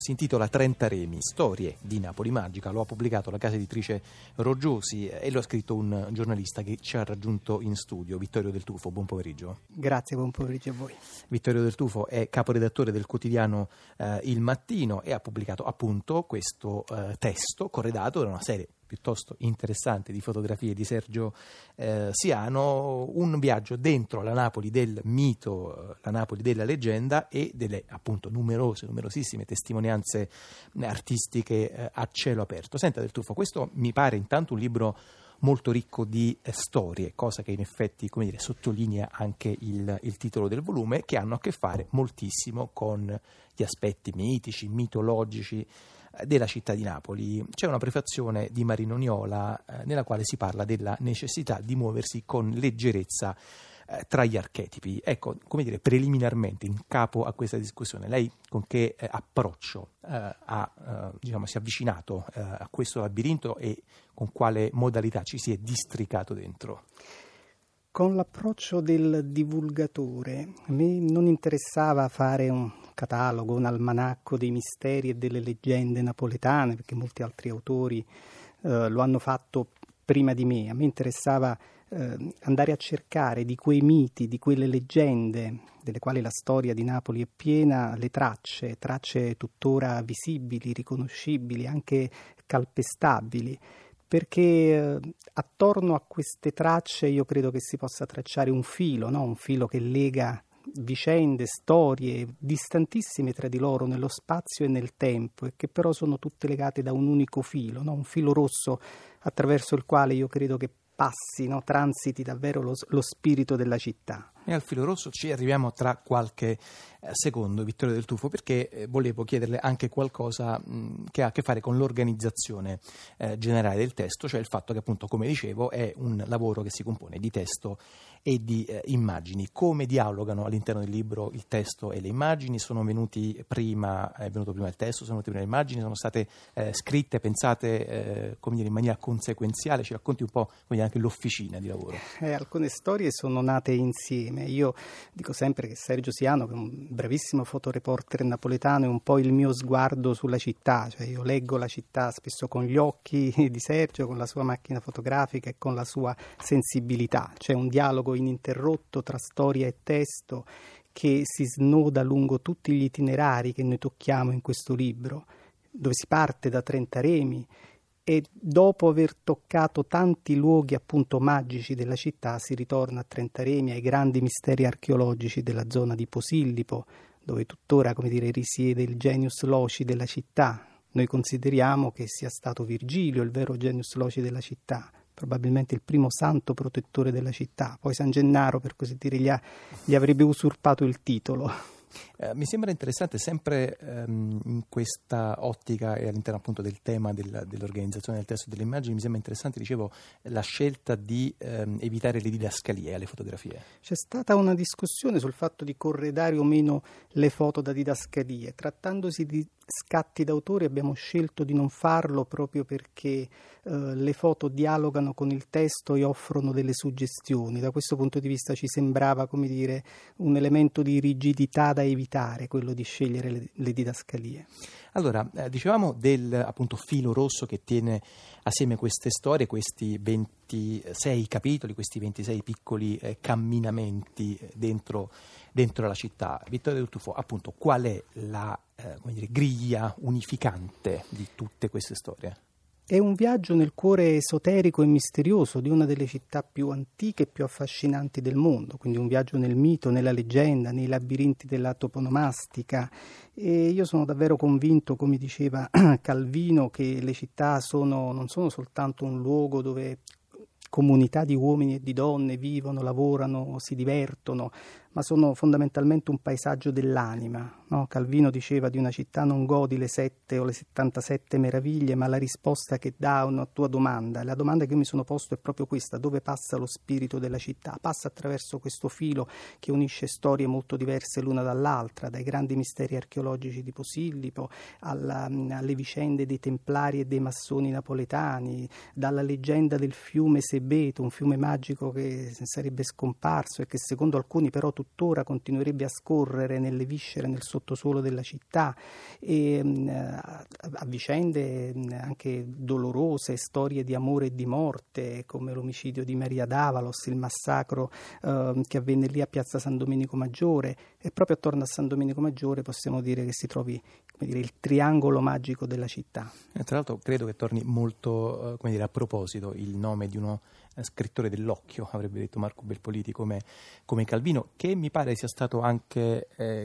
Si intitola 30 Remi, storie di Napoli magica, lo ha pubblicato la casa editrice Roggiosi e lo ha scritto un giornalista che ci ha raggiunto in studio, Vittorio Del Tufo. Buon pomeriggio. Grazie, buon pomeriggio a voi. Vittorio Del Tufo è caporedattore del quotidiano Il Mattino e ha pubblicato appunto questo testo corredato da una serie piuttosto interessante di fotografie di Sergio Siano, un viaggio dentro la Napoli del mito, la Napoli della leggenda e delle appunto numerosissime testimonianze artistiche a cielo aperto. Senta Del Tufo, questo mi pare intanto un libro molto ricco di storie, cosa che in effetti, come dire, sottolinea anche il titolo del volume, che hanno a che fare moltissimo con gli aspetti mitici, mitologici della città di Napoli. C'è una prefazione di Marino Niola nella quale si parla della necessità di muoversi con leggerezza tra gli archetipi. Ecco, come dire, preliminarmente in capo a questa discussione, lei con che approccio si è avvicinato a questo labirinto e con quale modalità ci si è districato dentro? Con l'approccio del divulgatore. A me non interessava fare un catalogo, un almanacco dei misteri e delle leggende napoletane, perché molti altri autori lo hanno fatto prima di me. A me interessava andare a cercare di quei miti, di quelle leggende delle quali la storia di Napoli è piena, le tracce tuttora visibili, riconoscibili, anche calpestabili, perché attorno a queste tracce io credo che si possa tracciare un filo, no? Un filo che lega vicende, storie distantissime tra di loro nello spazio e nel tempo e che però sono tutte legate da un unico filo, no? Un filo rosso attraverso il quale io credo che passi, no? Transiti davvero lo spirito della città. E al filo rosso ci arriviamo tra qualche secondo, Vittorio Del Tufo, perché volevo chiederle anche qualcosa che ha a che fare con l'organizzazione generale del testo, cioè il fatto che appunto, come dicevo, è un lavoro che si compone di testo e di immagini. Come dialogano all'interno del libro il testo e le immagini? Sono venuti prima, è venuto prima il testo, sono venute prima le immagini, sono state scritte, pensate come dire, in maniera conseguenziale? Ci racconti un po' come dire, anche l'officina di lavoro? Alcune storie sono nate insieme. Io dico sempre che Sergio Siano, che è un bravissimo fotoreporter napoletano, è un po' il mio sguardo sulla città, cioè io leggo la città spesso con gli occhi di Sergio, con la sua macchina fotografica e con la sua sensibilità. C'è un dialogo ininterrotto tra storia e testo che si snoda lungo tutti gli itinerari che noi tocchiamo in questo libro, dove si parte da 30 Remi e dopo aver toccato tanti luoghi appunto magici della città si ritorna a 30 Remi, ai grandi misteri archeologici della zona di Posillipo, dove tuttora, come dire, risiede il genius loci della città. Noi consideriamo che sia stato Virgilio il vero genius loci della città, probabilmente il primo santo protettore della città. Poi San Gennaro, per così dire, gli avrebbe usurpato il titolo. Mi sembra interessante sempre in questa ottica e all'interno appunto del tema dell'organizzazione del testo e delle immagini, mi sembra interessante, dicevo, la scelta di evitare le didascalie alle fotografie. C'è stata una discussione sul fatto di corredare o meno le foto da didascalie. Trattandosi di scatti d'autore abbiamo scelto di non farlo proprio perché le foto dialogano con il testo e offrono delle suggestioni. Da questo punto di vista ci sembrava, come dire, un elemento di rigidità da evitare, quello di scegliere le didascalie. Allora, dicevamo del appunto filo rosso che tiene assieme queste storie, questi 26 capitoli, questi 26 piccoli camminamenti dentro la città. Vittorio Del Tufo, appunto, qual è la griglia unificante di tutte queste storie? È un viaggio nel cuore esoterico e misterioso di una delle città più antiche e più affascinanti del mondo, quindi un viaggio nel mito, nella leggenda, nei labirinti della toponomastica. E io sono davvero convinto, come diceva Calvino, che le città non sono soltanto un luogo dove comunità di uomini e di donne vivono, lavorano, si divertono, ma sono fondamentalmente un paesaggio dell'anima, no? Calvino diceva di una città non godi le 7 o le 77 meraviglie, ma la risposta che dà a una tua domanda. La domanda che io mi sono posto è proprio questa: dove passa lo spirito della città? Passa attraverso questo filo che unisce storie molto diverse l'una dall'altra, dai grandi misteri archeologici di Posillipo alle vicende dei templari e dei massoni napoletani, dalla leggenda del fiume Sebeto, un fiume magico che sarebbe scomparso e che secondo alcuni però tuttora continuerebbe a scorrere nelle viscere, nel sottosuolo sottosuolo della città, e a vicende anche dolorose, storie di amore e di morte, come l'omicidio di Maria d'Avalos, il massacro che avvenne lì a Piazza San Domenico Maggiore, e proprio attorno a San Domenico Maggiore possiamo dire che si trovi, come dire, il triangolo magico della città. Tra l'altro credo che torni molto a proposito il nome di uno scrittore dell'occhio, avrebbe detto Marco Belpoliti, come Calvino, che mi pare sia stato anche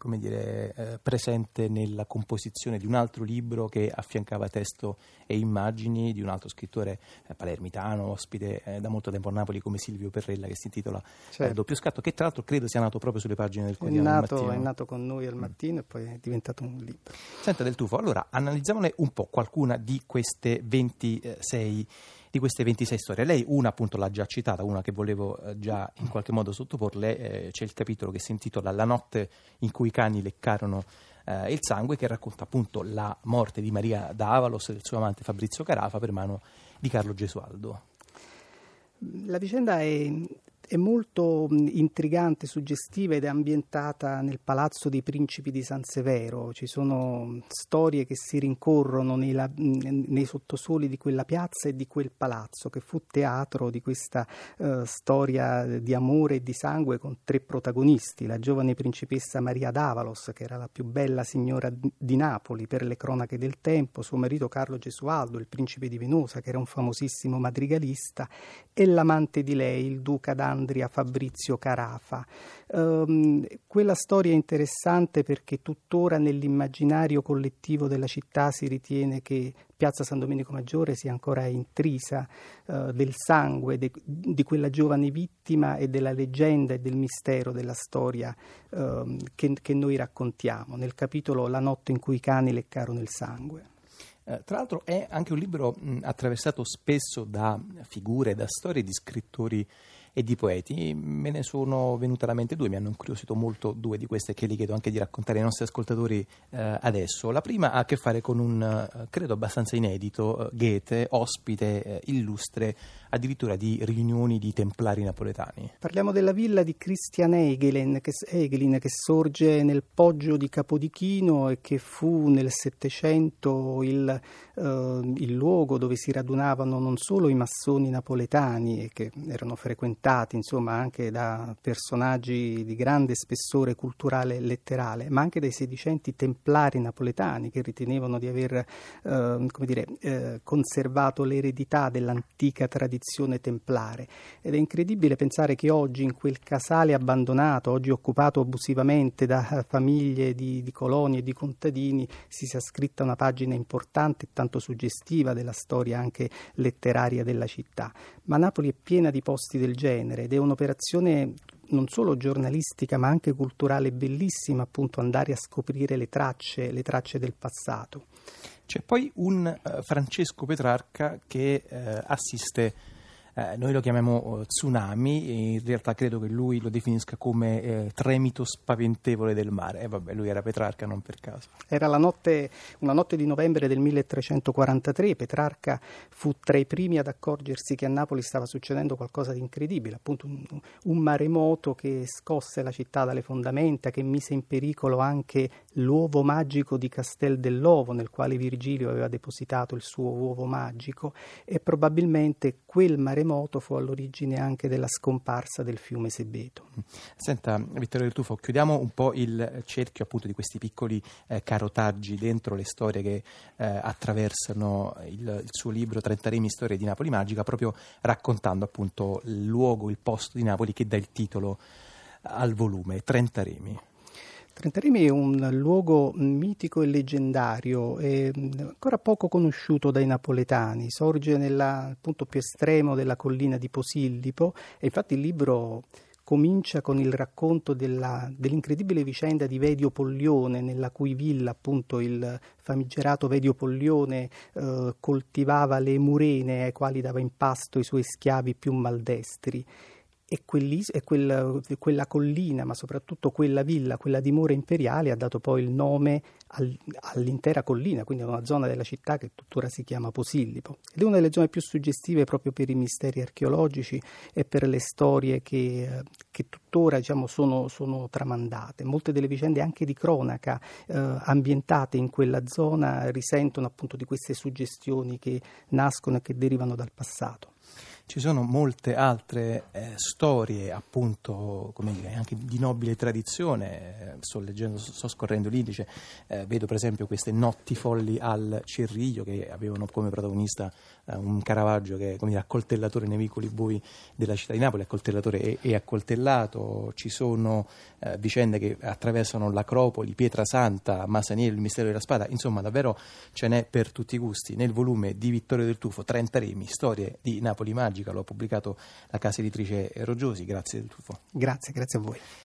presente nella composizione di un altro libro che affiancava testo e immagini di un altro scrittore palermitano, ospite da molto tempo a Napoli, come Silvio Perrella, che si intitola Doppio Scatto, che tra l'altro credo sia nato proprio sulle pagine del quotidiano del Mattino. È nato con noi al Mattino e poi è diventato un libro. Senta Del Tufo, allora analizziamone un po' qualcuna di queste 26 storie. Lei una appunto l'ha già citata, una che volevo già in qualche modo sottoporle, c'è il capitolo che si intitola La notte in cui i cani leccarono il sangue, che racconta appunto la morte di Maria d'Avalos e del suo amante Fabrizio Carafa per mano di Carlo Gesualdo. La vicenda è molto intrigante, suggestiva ed è ambientata nel Palazzo dei Principi di San Severo. Ci sono storie che si rincorrono nei sottosuoli di quella piazza e di quel palazzo, che fu teatro di questa storia di amore e di sangue con 3 protagonisti: la giovane principessa Maria d'Avalos, che era la più bella signora di Napoli per le cronache del tempo, suo marito Carlo Gesualdo, il principe di Venosa, che era un famosissimo madrigalista, e l'amante di lei, il duca d'Andria Fabrizio Carafa. Quella storia è interessante perché tuttora nell'immaginario collettivo della città si ritiene che Piazza San Domenico Maggiore sia ancora intrisa del sangue di quella giovane vittima e della leggenda e del mistero della storia che noi raccontiamo nel capitolo La notte in cui i cani leccarono il sangue. Tra l'altro è anche un libro attraversato spesso da figure, da storie di scrittori e di poeti. Me ne sono venute alla mente 2, mi hanno incuriosito molto 2 di queste che li chiedo anche di raccontare ai nostri ascoltatori adesso. La prima ha a che fare con un, credo abbastanza inedito, Goethe, ospite illustre addirittura di riunioni di templari napoletani. Parliamo della villa di Christian Eigelin che sorge nel Poggio di Capodichino e che fu nel Settecento il luogo dove si radunavano non solo i massoni napoletani, che erano frequentati insomma anche da personaggi di grande spessore culturale e letterale, ma anche dai sedicenti templari napoletani, che ritenevano di aver conservato l'eredità dell'antica tradizione templare. Ed è incredibile pensare che oggi in quel casale abbandonato, oggi occupato abusivamente da famiglie di coloni e di contadini, si sia scritta una pagina importante e tanto suggestiva della storia anche letteraria della città. Ma Napoli è piena di posti del genere ed è un'operazione non solo giornalistica ma anche culturale bellissima, appunto, andare a scoprire le tracce del passato. C'è poi un Francesco Petrarca che assiste, noi lo chiamiamo tsunami, e in realtà credo che lui lo definisca come tremito spaventevole del mare. Lui era Petrarca, non per caso. Era una notte di novembre del 1343. Petrarca fu tra i primi ad accorgersi che a Napoli stava succedendo qualcosa di incredibile, appunto un maremoto che scosse la città dalle fondamenta, che mise in pericolo anche l'uovo magico di Castel dell'Ovo, nel quale Virgilio aveva depositato il suo uovo magico, e probabilmente quel maremoto fu all'origine anche della scomparsa del fiume Sebeto. Senta, Vittorio Del Tufo, chiudiamo un po' il cerchio appunto di questi piccoli carotaggi dentro le storie che attraversano il suo libro 30 remi, storie di Napoli magica, proprio raccontando appunto il luogo, il posto di Napoli che dà il titolo al volume 30 remi. Trentaremi è un luogo mitico e leggendario, e ancora poco conosciuto dai napoletani. Sorge nel punto più estremo della collina di Posillipo, e infatti il libro comincia con il racconto dell'incredibile vicenda di Vedio Pollione, nella cui villa appunto il famigerato Vedio Pollione coltivava le murene ai quali dava in pasto i suoi schiavi più maldestri. e quella collina, ma soprattutto quella villa, quella dimora imperiale, ha dato poi il nome all'intera collina, quindi a una zona della città che tuttora si chiama Posillipo. Ed è una delle zone più suggestive proprio per i misteri archeologici e per le storie che tuttora, diciamo, sono tramandate. Molte delle vicende anche di cronaca ambientate in quella zona risentono appunto di queste suggestioni che nascono e che derivano dal passato. Ci sono molte altre storie, appunto, come dire, anche di nobile tradizione. Sto scorrendo l'indice, vedo per esempio queste notti folli al Cerriglio, che avevano come protagonista un Caravaggio che è, come dire, accoltellatore nei vicoli bui della città di Napoli, accoltellatore e accoltellato. Ci sono vicende che attraversano l'Acropoli, Pietrasanta, Masaniello, il mistero della spada. Insomma, davvero ce n'è per tutti i gusti. Nel volume di Vittorio Del Tufo, 30 remi, storie di Napoli magica, lo ha pubblicato la casa editrice Roggiosi. Grazie Del Tufo. Grazie a voi.